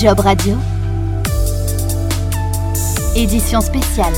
Job Radio, édition spéciale.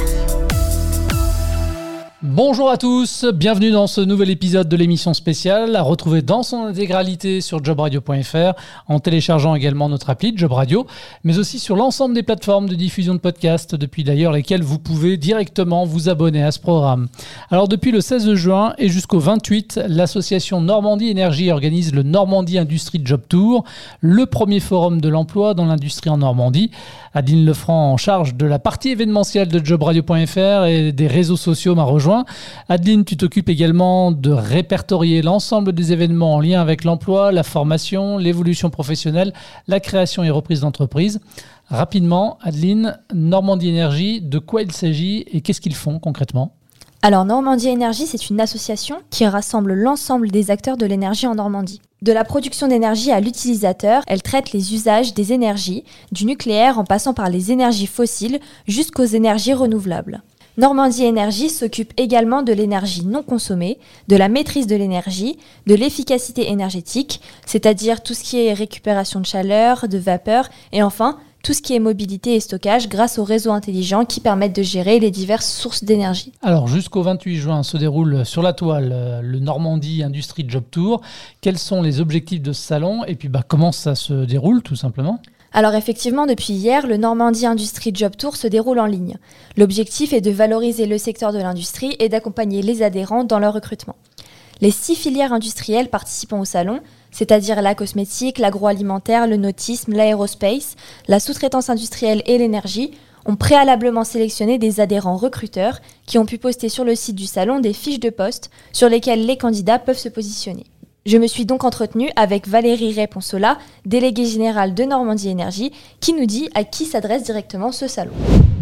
Bonjour à tous, bienvenue dans ce nouvel épisode de l'émission spéciale, à retrouver dans son intégralité sur jobradio.fr, en téléchargeant également notre appli Job Radio, mais aussi sur l'ensemble des plateformes de diffusion de podcasts, depuis d'ailleurs lesquelles vous pouvez directement vous abonner à ce programme. Alors depuis le 16 juin et jusqu'au 28, l'association Normandie Énergie organise le Normandie Industrie Job Tour, le premier forum de l'emploi dans l'industrie en Normandie. Adeline Lefranc, en charge de la partie événementielle de jobradio.fr et des réseaux sociaux, m'a rejoint. Adeline, tu t'occupes également de répertorier l'ensemble des événements en lien avec l'emploi, la formation, l'évolution professionnelle, la création et reprise d'entreprise. Rapidement, Adeline, Normandie Énergie, de quoi il s'agit et qu'est-ce qu'ils font concrètement ? Alors Normandie Énergie, c'est une association qui rassemble l'ensemble des acteurs de l'énergie en Normandie. De la production d'énergie à l'utilisateur, elle traite les usages des énergies, du nucléaire en passant par les énergies fossiles jusqu'aux énergies renouvelables. Normandie Énergie s'occupe également de l'énergie non consommée, de la maîtrise de l'énergie, de l'efficacité énergétique, c'est-à-dire tout ce qui est récupération de chaleur, de vapeur, et enfin tout ce qui est mobilité et stockage grâce aux réseaux intelligents qui permettent de gérer les diverses sources d'énergie. Alors jusqu'au 28 juin se déroule sur la toile le Normandie Industrie Job Tour. Quels sont les objectifs de ce salon et puis comment ça se déroule tout simplement ? Alors effectivement, depuis hier, le Normandie Industrie Job Tour se déroule en ligne. L'objectif est de valoriser le secteur de l'industrie et d'accompagner les adhérents dans leur recrutement. Les 6 filières industrielles participant au salon, c'est-à-dire la cosmétique, l'agroalimentaire, le nautisme, l'aérospace, la sous-traitance industrielle et l'énergie, ont préalablement sélectionné des adhérents recruteurs qui ont pu poster sur le site du salon des fiches de poste sur lesquelles les candidats peuvent se positionner. Je me suis donc entretenue avec Valérie Ray-Ponsola, déléguée générale de Normandie Énergie, qui nous dit à qui s'adresse directement ce salon.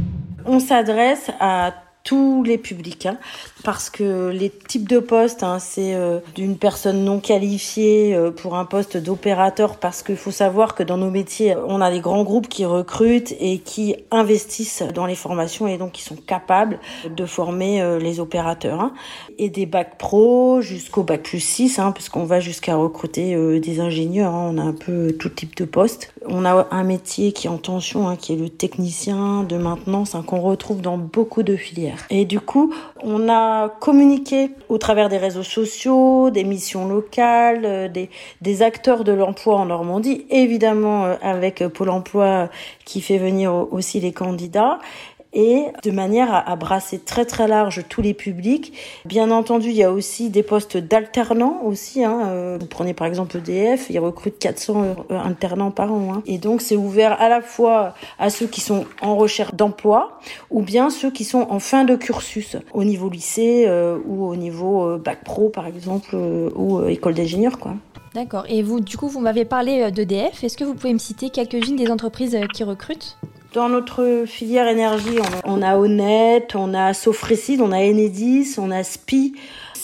On s'adresse à tous les publics, parce que les types de postes, c'est d'une personne non qualifiée pour un poste d'opérateur, parce qu'il faut savoir que dans nos métiers, on a des grands groupes qui recrutent et qui investissent dans les formations et donc qui sont capables de former les opérateurs. Et des bacs pro jusqu'au bac plus 6, puisqu'on va jusqu'à recruter des ingénieurs, on a un peu tout type de poste. On a un métier qui est en tension, qui est le technicien de maintenance, qu'on retrouve dans beaucoup de filières. Et du coup, on a communiqué au travers des réseaux sociaux, des missions locales, des acteurs de l'emploi en Normandie, évidemment avec Pôle emploi qui fait venir aussi les candidats, et de manière à brasser très très large tous les publics. Bien entendu, il y a aussi des postes d'alternants aussi. Vous prenez par exemple EDF, ils recrutent 400 alternants par an. Et donc c'est ouvert à la fois à ceux qui sont en recherche d'emploi ou bien ceux qui sont en fin de cursus au niveau lycée ou au niveau bac pro par exemple ou école d'ingénieur quoi. D'accord. Et vous, du coup, vous m'avez parlé d'EDF. Est-ce que vous pouvez me citer quelques-unes des entreprises qui recrutent ? Dans notre filière énergie, on a Honnête, on a Sofrecid, on a Enedis, on a SPI,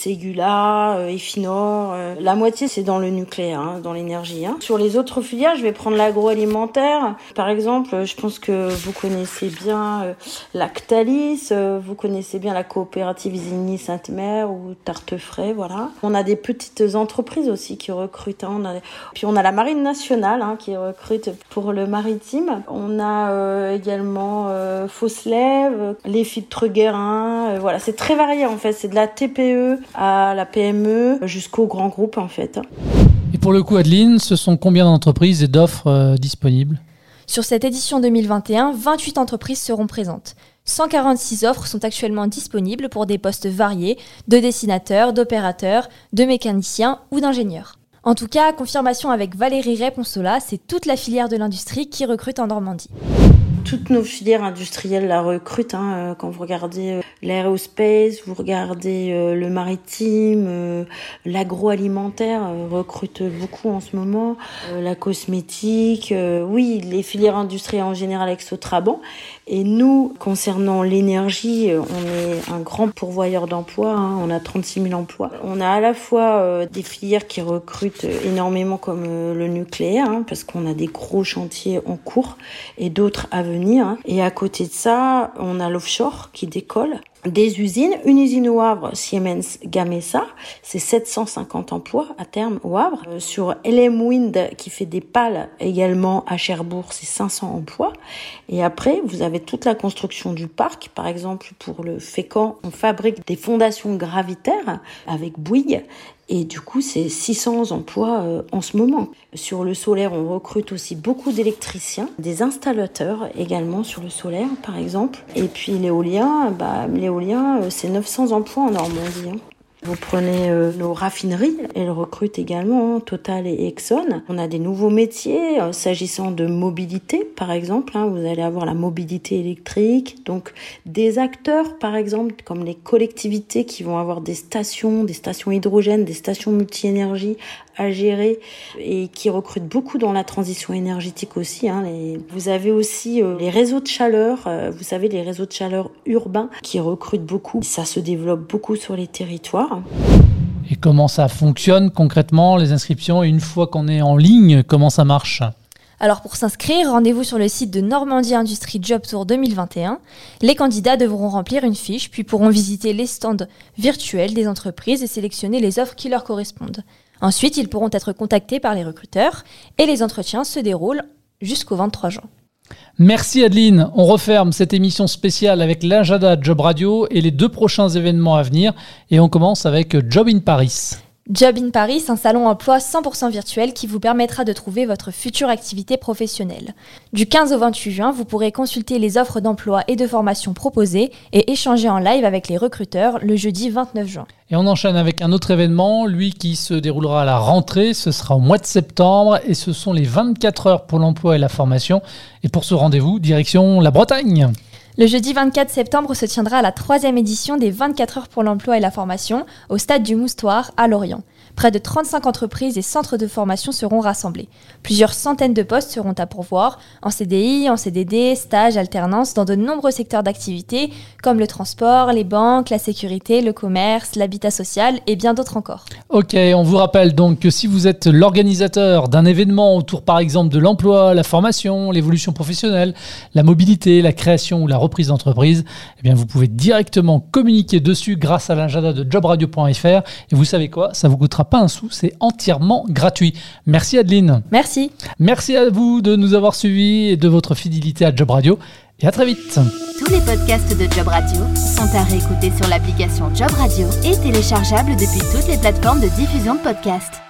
Ségula, Efinor. La moitié, c'est dans le nucléaire, dans l'énergie. Sur les autres filières, je vais prendre l'agroalimentaire. Par exemple, je pense que vous connaissez bien Lactalis, vous connaissez bien la coopérative Isigny Sainte-Mère ou Tartefrais, voilà. On a des petites entreprises aussi qui recrutent. Puis on a la Marine nationale qui recrute pour le maritime. On a également Foslev, les filtres Guérin. Voilà, c'est très varié en fait. C'est de la TPE à la PME jusqu'aux grands groupes en fait. Et pour le coup, Adeline, ce sont combien d'entreprises et d'offres disponibles ? Sur cette édition 2021, 28 entreprises seront présentes. 146 offres sont actuellement disponibles pour des postes variés de dessinateurs, d'opérateurs, de mécaniciens ou d'ingénieurs. En tout cas, confirmation avec Valérie Ray-Ponsola, c'est toute la filière de l'industrie qui recrute en Normandie. Toutes nos filières industrielles la recrutent. Quand vous regardez l'aérospace, vous regardez le maritime, l'agroalimentaire recrute beaucoup en ce moment. La cosmétique, oui, les filières industrielles en général avec Sotraban. Et nous, concernant l'énergie, on est un grand pourvoyeur d'emplois. On a 36 000 emplois. On a à la fois des filières qui recrutent énormément comme le nucléaire, parce qu'on a des gros chantiers en cours et d'autres à venir. Et à côté de ça, on a l'offshore qui décolle. des usines. Une usine au Havre, Siemens Gamesa, c'est 750 emplois à terme au Havre. Sur LM Wind, qui fait des pales également à Cherbourg, c'est 500 emplois. Et après, vous avez toute la construction du parc. Par exemple, pour le Fécamp, on fabrique des fondations gravitaires avec Bouygues. Et du coup, c'est 600 emplois en ce moment. Sur le solaire, on recrute aussi beaucoup d'électriciens, des installateurs également sur le solaire, par exemple. Et puis l'éolien, c'est 900 emplois en Normandie. Vous prenez nos raffineries, elles recrutent également, Total et Exxon. On a des nouveaux métiers, s'agissant de mobilité, par exemple. Vous allez avoir la mobilité électrique, donc des acteurs, par exemple, comme les collectivités qui vont avoir des stations hydrogène, des stations multi-énergie à gérer et qui recrutent beaucoup dans la transition énergétique aussi. Vous avez aussi les réseaux de chaleur, vous savez, les réseaux de chaleur urbains qui recrutent beaucoup. Ça se développe beaucoup sur les territoires. Et comment ça fonctionne concrètement, les inscriptions? Et une fois qu'on est en ligne, comment ça marche? Alors pour s'inscrire, rendez-vous sur le site de Normandie Industrie Job Tour 2021. Les candidats devront remplir une fiche, puis pourront visiter les stands virtuels des entreprises et sélectionner les offres qui leur correspondent. Ensuite, ils pourront être contactés par les recruteurs et les entretiens se déroulent jusqu'au 23 juin. Merci Adeline. On referme cette émission spéciale avec l'agenda Job Radio et les 2 prochains événements à venir. Et on commence avec Job in Paris. Job in Paris, un salon emploi 100% virtuel qui vous permettra de trouver votre future activité professionnelle. Du 15 au 28 juin, vous pourrez consulter les offres d'emploi et de formation proposées et échanger en live avec les recruteurs le jeudi 29 juin. Et on enchaîne avec un autre événement, lui qui se déroulera à la rentrée, ce sera au mois de septembre et ce sont les 24 heures pour l'emploi et la formation. Et pour ce rendez-vous, direction la Bretagne. Le jeudi 24 septembre se tiendra la 3e édition des 24 heures pour l'emploi et la formation au stade du Moustoir à Lorient. Près de 35 entreprises et centres de formation seront rassemblés. Plusieurs centaines de postes seront à pourvoir en CDI, en CDD, stage, alternance dans de nombreux secteurs d'activité comme le transport, les banques, la sécurité, le commerce, l'habitat social et bien d'autres encore. Ok, on vous rappelle donc que si vous êtes l'organisateur d'un événement autour par exemple de l'emploi, la formation, l'évolution professionnelle, la mobilité, la création ou la reprise d'entreprise, eh bien vous pouvez directement communiquer dessus grâce à l'agenda de jobradio.fr et vous savez quoi, ça vous coûtera pas un sou, c'est entièrement gratuit. Merci Adeline. Merci. Merci à vous de nous avoir suivis et de votre fidélité à Job Radio et à très vite. Tous les podcasts de Job Radio sont à réécouter sur l'application Job Radio et téléchargeables depuis toutes les plateformes de diffusion de podcasts.